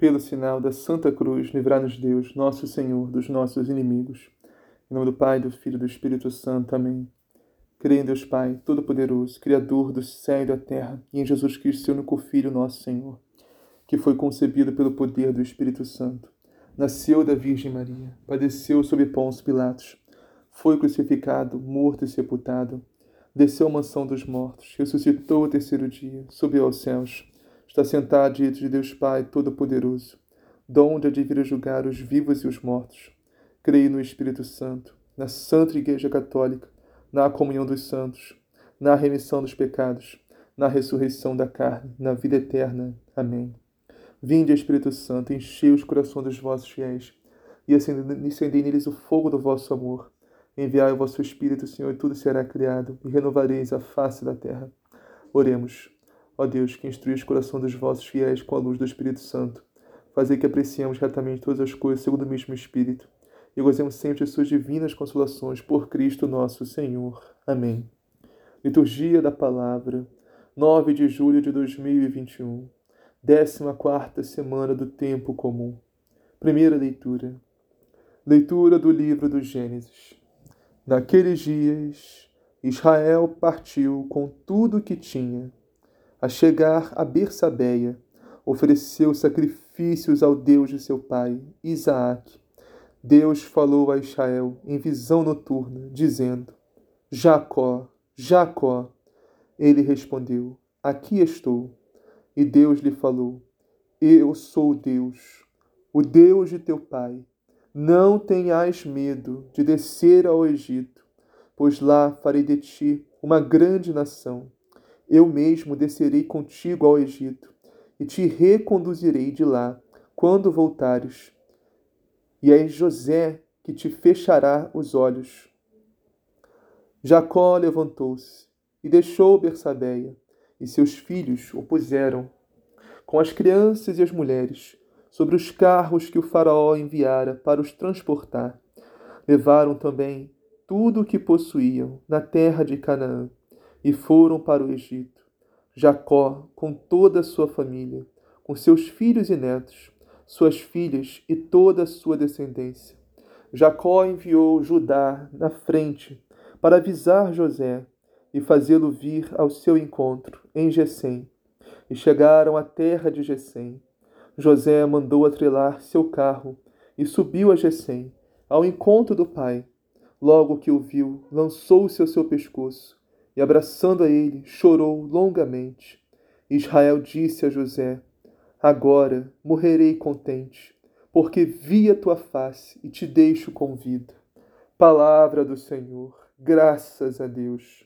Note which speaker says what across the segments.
Speaker 1: Pelo sinal da Santa Cruz, livrai-nos Deus, nosso Senhor, dos nossos inimigos. Em nome do Pai, do Filho e do Espírito Santo. Amém. Creio em Deus Pai, Todo-Poderoso, Criador do céu e da terra, e em Jesus Cristo, seu único Filho, nosso Senhor, que foi concebido pelo poder do Espírito Santo. Nasceu da Virgem Maria, padeceu sob Pôncio Pilatos, foi crucificado, morto e sepultado, desceu à mansão dos mortos, ressuscitou ao terceiro dia, subiu aos céus, está sentado diante de Deus Pai Todo-Poderoso, donde há de vir a julgar os vivos e os mortos. Creio no Espírito Santo, na Santa Igreja Católica, na comunhão dos santos, na remissão dos pecados, na ressurreição da carne, na vida eterna. Amém. Vinde, Espírito Santo, enchei os corações dos vossos fiéis e acendei neles o fogo do vosso amor. Enviai o vosso Espírito, Senhor, e tudo será criado, e renovareis a face da terra. Oremos. Ó Deus, que instruís o coração dos vossos fiéis com a luz do Espírito Santo, fazei que apreciemos retamente todas as coisas segundo o mesmo Espírito, e gozemos sempre de suas divinas consolações por Cristo nosso Senhor. Amém. Liturgia da Palavra, 9 de julho de 2021, 14ª semana do Tempo Comum. Primeira leitura. Leitura do livro do Gênesis. Naqueles dias, Israel partiu com tudo o que tinha. A chegar a Bersabeia, ofereceu sacrifícios ao Deus de seu pai, Isaac. Deus falou a Israel em visão noturna, dizendo: Jacó, Jacó. Ele respondeu: Aqui estou. E Deus lhe falou: Eu sou Deus, o Deus de teu pai. Não tenhas medo de descer ao Egito, pois lá farei de ti uma grande nação. Eu mesmo descerei contigo ao Egito e te reconduzirei de lá quando voltares. E é José que te fechará os olhos. Jacó levantou-se e deixou Bersabeia, e seus filhos o puseram, com as crianças e as mulheres, sobre os carros que o faraó enviara para os transportar. Levaram também tudo o que possuíam na terra de Canaã e foram para o Egito. Jacó, com toda a sua família, com seus filhos e netos, suas filhas e toda a sua descendência. Jacó enviou Judá na frente para avisar José e fazê-lo vir ao seu encontro em Gesem. E chegaram à terra de Gesem. José mandou atrelar seu carro e subiu a Gesem, ao encontro do pai. Logo que o viu, lançou-se ao seu pescoço e, abraçando a ele, chorou longamente. Israel disse a José: Agora morrerei contente, porque vi a tua face e te deixo com vida. Palavra do Senhor, graças a Deus.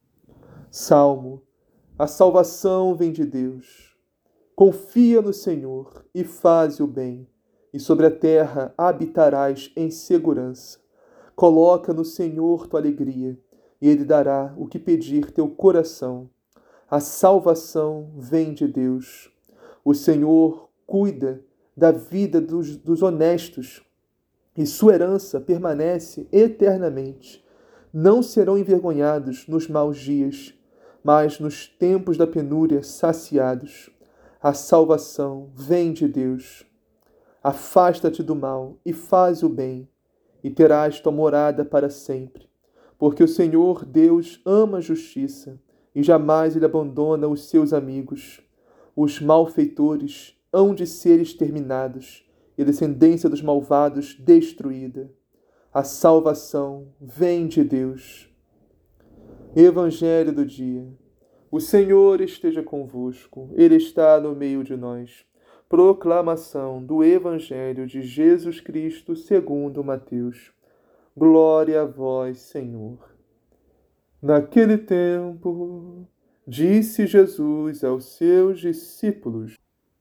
Speaker 1: Salmo. A salvação vem de Deus. Confia no Senhor e faze o bem, e sobre a terra habitarás em segurança. Coloca no Senhor tua alegria, e Ele dará o que pedir teu coração. A salvação vem de Deus. O Senhor cuida da vida dos honestos, e sua herança permanece eternamente. Não serão envergonhados nos maus dias, mas nos tempos da penúria saciados. A salvação vem de Deus. Afasta-te do mal e faz o bem, e terás tua morada para sempre. Porque o Senhor Deus ama a justiça, e jamais Ele abandona os seus amigos. Os malfeitores hão de ser exterminados, e a descendência dos malvados destruída. A salvação vem de Deus. Evangelho do dia. O Senhor esteja convosco, Ele está no meio de nós. Proclamação do Evangelho de Jesus Cristo segundo Mateus. Glória a vós, Senhor. Naquele tempo, disse Jesus aos seus discípulos: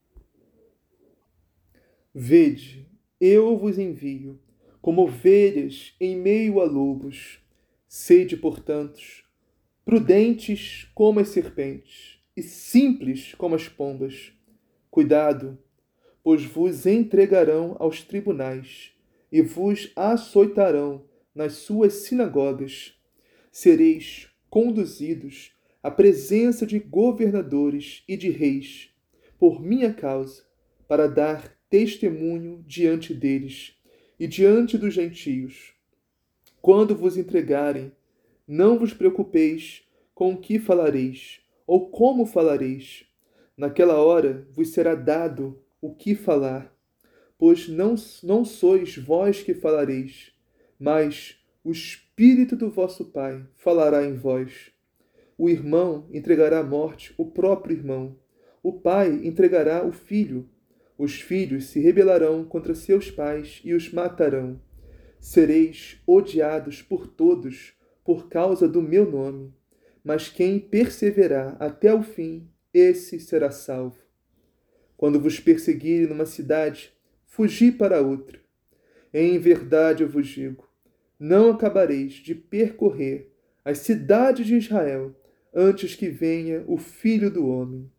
Speaker 1: Vede, eu vos envio, como ovelhas em meio a lobos. Sede, portanto, prudentes como as serpentes e simples como as pombas. Cuidado, pois vos entregarão aos tribunais e vos açoitarão nas suas sinagogas. Sereis conduzidos à presença de governadores e de reis, por minha causa, para dar testemunho diante deles e diante dos gentios. Quando vos entregarem, não vos preocupeis com o que falareis ou como falareis. Naquela hora vos será dado o que falar, pois não sois vós que falareis, mas o Espírito do vosso Pai falará em vós. O irmão entregará à morte o próprio irmão. O pai entregará o filho. Os filhos se rebelarão contra seus pais e os matarão. Sereis odiados por todos por causa do meu nome. Mas quem perseverar até o fim, esse será salvo. Quando vos perseguirem numa cidade, fugi para outra. Em verdade eu vos digo, não acabareis de percorrer as cidades de Israel antes que venha o Filho do Homem.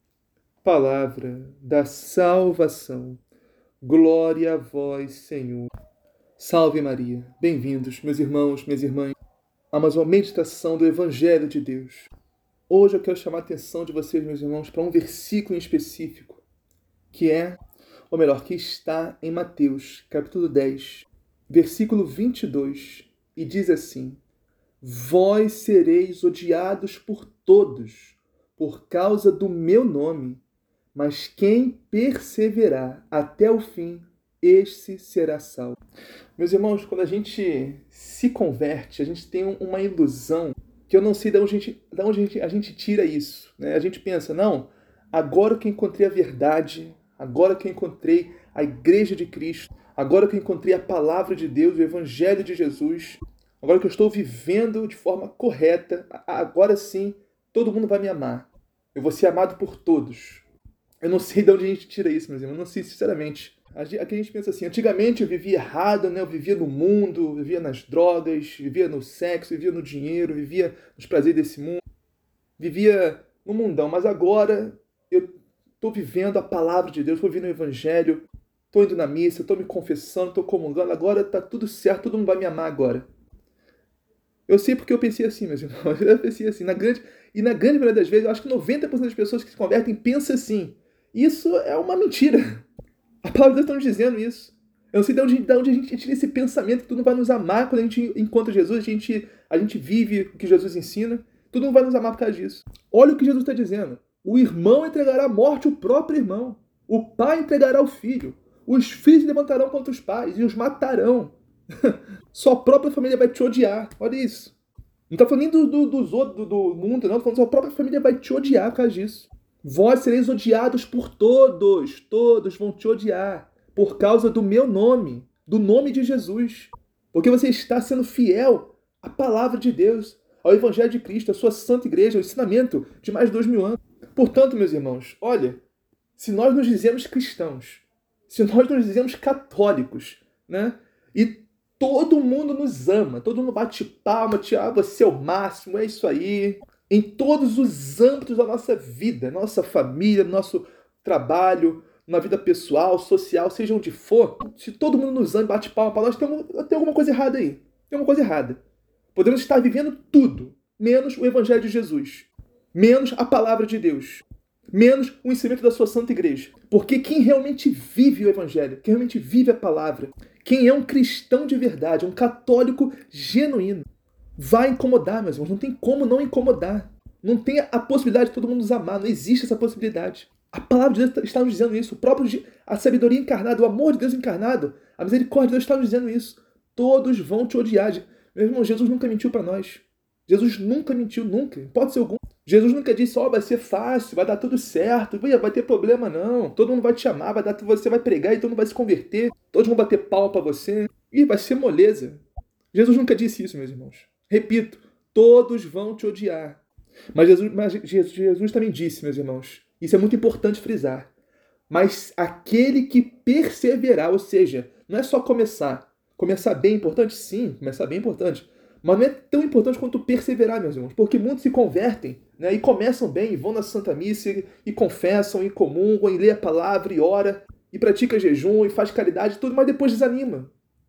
Speaker 1: Palavra da salvação. Glória a vós, Senhor. Salve Maria. Bem-vindos, meus irmãos, minhas irmãs, a mais uma meditação do Evangelho de Deus. Hoje eu quero chamar a atenção de vocês, meus irmãos, para um versículo em específico, que está em Mateus, capítulo 10, versículo 22, e diz assim: Vós sereis odiados por todos, por causa do meu nome, mas quem perseverar até o fim, esse será salvo. Meus irmãos, quando a gente se converte, a gente tem uma ilusão que eu não sei de onde a gente tira isso, né? A gente pensa, não, agora que eu encontrei a verdade, agora que eu encontrei a Igreja de Cristo, agora que eu encontrei a Palavra de Deus, o Evangelho de Jesus, agora que eu estou vivendo de forma correta, agora sim, todo mundo vai me amar. Eu vou ser amado por todos. Eu não sei de onde a gente tira isso, meus irmãos. Eu não sei, sinceramente. Aqui a gente pensa assim, antigamente eu vivia errado, né? Eu vivia no mundo, vivia nas drogas, vivia no sexo, vivia no dinheiro, vivia nos prazeres desse mundo, vivia no mundão. Mas agora eu estou vivendo a Palavra de Deus, estou vivendo o Evangelho, estou indo na missa, estou me confessando, estou comungando. Agora está tudo certo, todo mundo vai me amar agora. Eu sei porque eu pensei assim, meus irmãos. Eu pensei assim. Na grande maioria das vezes, eu acho que 90% das pessoas que se convertem pensam assim. Isso é uma mentira. A palavra de Deus está nos dizendo isso. Eu não sei de onde a gente tira esse pensamento que todo mundo vai nos amar quando a gente encontra Jesus, a gente vive o que Jesus ensina. Todo mundo vai nos amar por causa disso. Olha o que Jesus está dizendo. O irmão entregará à morte o próprio irmão. O pai entregará o filho. Os filhos se levantarão contra os pais e os matarão. Sua própria família vai te odiar. Olha isso. Não está falando nem dos outros, do mundo, não. Está falando que sua própria família vai te odiar por causa disso. Vós sereis odiados por todos. Todos vão te odiar. Por causa do meu nome. Do nome de Jesus. Porque você está sendo fiel à palavra de Deus. Ao Evangelho de Cristo. À sua Santa Igreja. Ao ensinamento de mais de 2000 anos. Portanto, meus irmãos, olha. Se nós nos dizemos cristãos. Se nós nos dizemos católicos. Né? E todo mundo nos ama, todo mundo bate palma, você é o máximo, é isso aí. Em todos os âmbitos da nossa vida, nossa família, nosso trabalho, na vida pessoal, social, seja onde for, se todo mundo nos ama e bate palma para nós, tem alguma coisa errada aí. Tem alguma coisa errada. Podemos estar vivendo tudo, menos o Evangelho de Jesus, menos a Palavra de Deus, menos o ensinamento da sua Santa Igreja. Porque quem realmente vive o Evangelho, quem realmente vive a Palavra, quem é um cristão de verdade, um católico genuíno, vai incomodar, meus irmãos. Não tem como não incomodar. Não tem a possibilidade de todo mundo nos amar. Não existe essa possibilidade. A palavra de Deus está nos dizendo isso. A sabedoria encarnada, o amor de Deus encarnado, a misericórdia de Deus está nos dizendo isso. Todos vão te odiar. Meu irmão, Jesus nunca mentiu para nós. Jesus nunca mentiu, nunca. Pode ser algum. Jesus nunca disse, vai ser fácil, vai dar tudo certo, vai ter problema não. Todo mundo vai te amar, você vai pregar e todo mundo vai se converter. Todos vão bater palma para você. E vai ser moleza. Jesus nunca disse isso, meus irmãos. Repito, todos vão te odiar. Mas Jesus também disse, meus irmãos, isso é muito importante frisar. Mas aquele que perseverar, ou seja, não é só começar. Começar bem é importante? Sim, começar bem é importante. Mas não é tão importante quanto perseverar, meus irmãos. Porque muitos se convertem, né, e começam bem, e vão na Santa Missa, e confessam, e comungam, e lê a palavra, e ora, e pratica jejum, e faz caridade, tudo, mas depois desanima.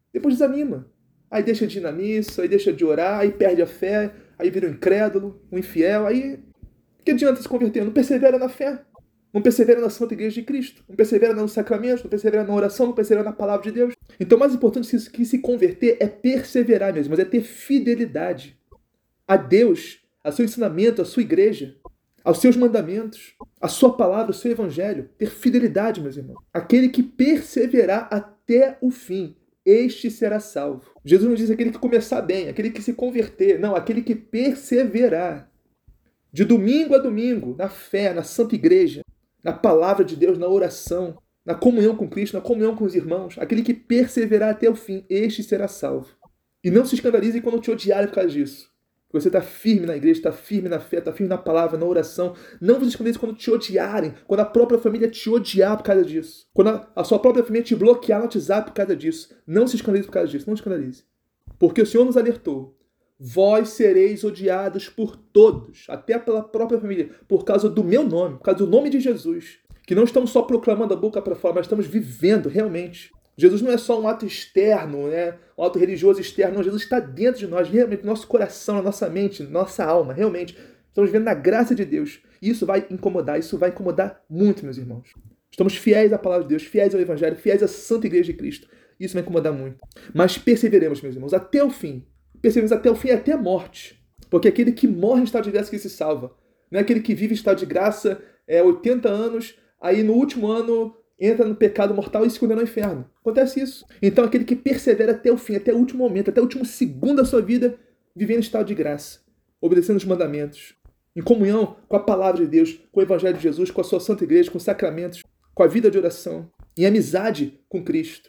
Speaker 1: Aí deixa de ir na missa, aí deixa de orar, aí perde a fé, aí vira um incrédulo, um infiel, aí que adianta se converter? Não persevera na fé. não persevera na Santa Igreja de Cristo, não persevera nos sacramentos, não persevera na oração, não persevera na palavra de Deus. Então, o mais importante que se converter é perseverar mesmo, mas é ter fidelidade a Deus, a seu ensinamento, a sua igreja, aos seus mandamentos, a sua palavra, o seu evangelho. Ter fidelidade, meus irmãos. Aquele que perseverar até o fim, este será salvo. Jesus não diz aquele que começar bem, aquele que se converter. Não, aquele que perseverar. De domingo a domingo, na fé, na Santa Igreja, na palavra de Deus, na oração, na comunhão com Cristo, na comunhão com os irmãos. Aquele que perseverar até o fim, este será salvo. E não se escandalize quando te odiarem por causa disso. Você está firme na igreja, está firme na fé, está firme na palavra, na oração. Não vos escandalize quando te odiarem, quando a própria família te odiar por causa disso. Quando a sua própria família te bloquear no WhatsApp por causa disso. Não se escandalize por causa disso, não se escandalize. Porque o Senhor nos alertou. Vós sereis odiados por todos, até pela própria família, por causa do meu nome, por causa do nome de Jesus. Que não estamos só proclamando a boca para fora, mas estamos vivendo realmente. Jesus não é só um ato externo, né? Um ato religioso externo. Não, Jesus está dentro de nós, realmente, no nosso coração, na nossa mente, na nossa alma, realmente. Estamos vivendo na graça de Deus. E isso vai incomodar muito, meus irmãos. Estamos fiéis à palavra de Deus, fiéis ao Evangelho, fiéis à Santa Igreja de Cristo. Isso vai incomodar muito. Mas perseveremos, meus irmãos, até o fim. Perseveremos até o fim, até a morte. Porque aquele que morre em estado de graça que se salva. Não é aquele que vive em estado de graça 80 anos, aí no último ano entra no pecado mortal e se condena ao inferno. Acontece isso. Então aquele que persevera até o fim, até o último momento, até o último segundo da sua vida, vivendo em estado de graça, obedecendo os mandamentos, em comunhão com a palavra de Deus, com o Evangelho de Jesus, com a sua Santa Igreja, com os sacramentos, com a vida de oração, em amizade com Cristo.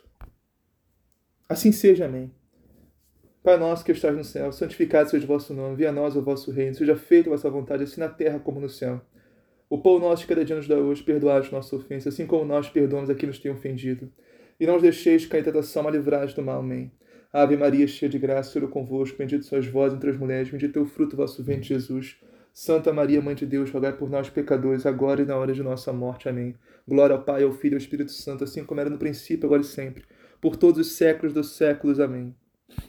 Speaker 1: Assim seja, amém. Pai nosso que estás no céu, santificado seja o vosso nome, venha a nós o vosso reino, seja feita a vossa vontade, assim na terra como no céu. O pão nosso de cada dia nos dá hoje, perdoai as nossas ofensas, assim como nós perdoamos a quem nos tem ofendido. E não os deixeis cair em tentação, mas livrai-nos do mal. Amém. Ave Maria, cheia de graça, o Senhor é convosco, bendito sois vós entre as mulheres, bendito é o fruto do vosso ventre, Jesus. Santa Maria, Mãe de Deus, rogai por nós, pecadores, agora e na hora de nossa morte. Amém. Glória ao Pai, ao Filho e ao Espírito Santo, assim como era no princípio, agora e sempre, por todos os séculos dos séculos. Amém.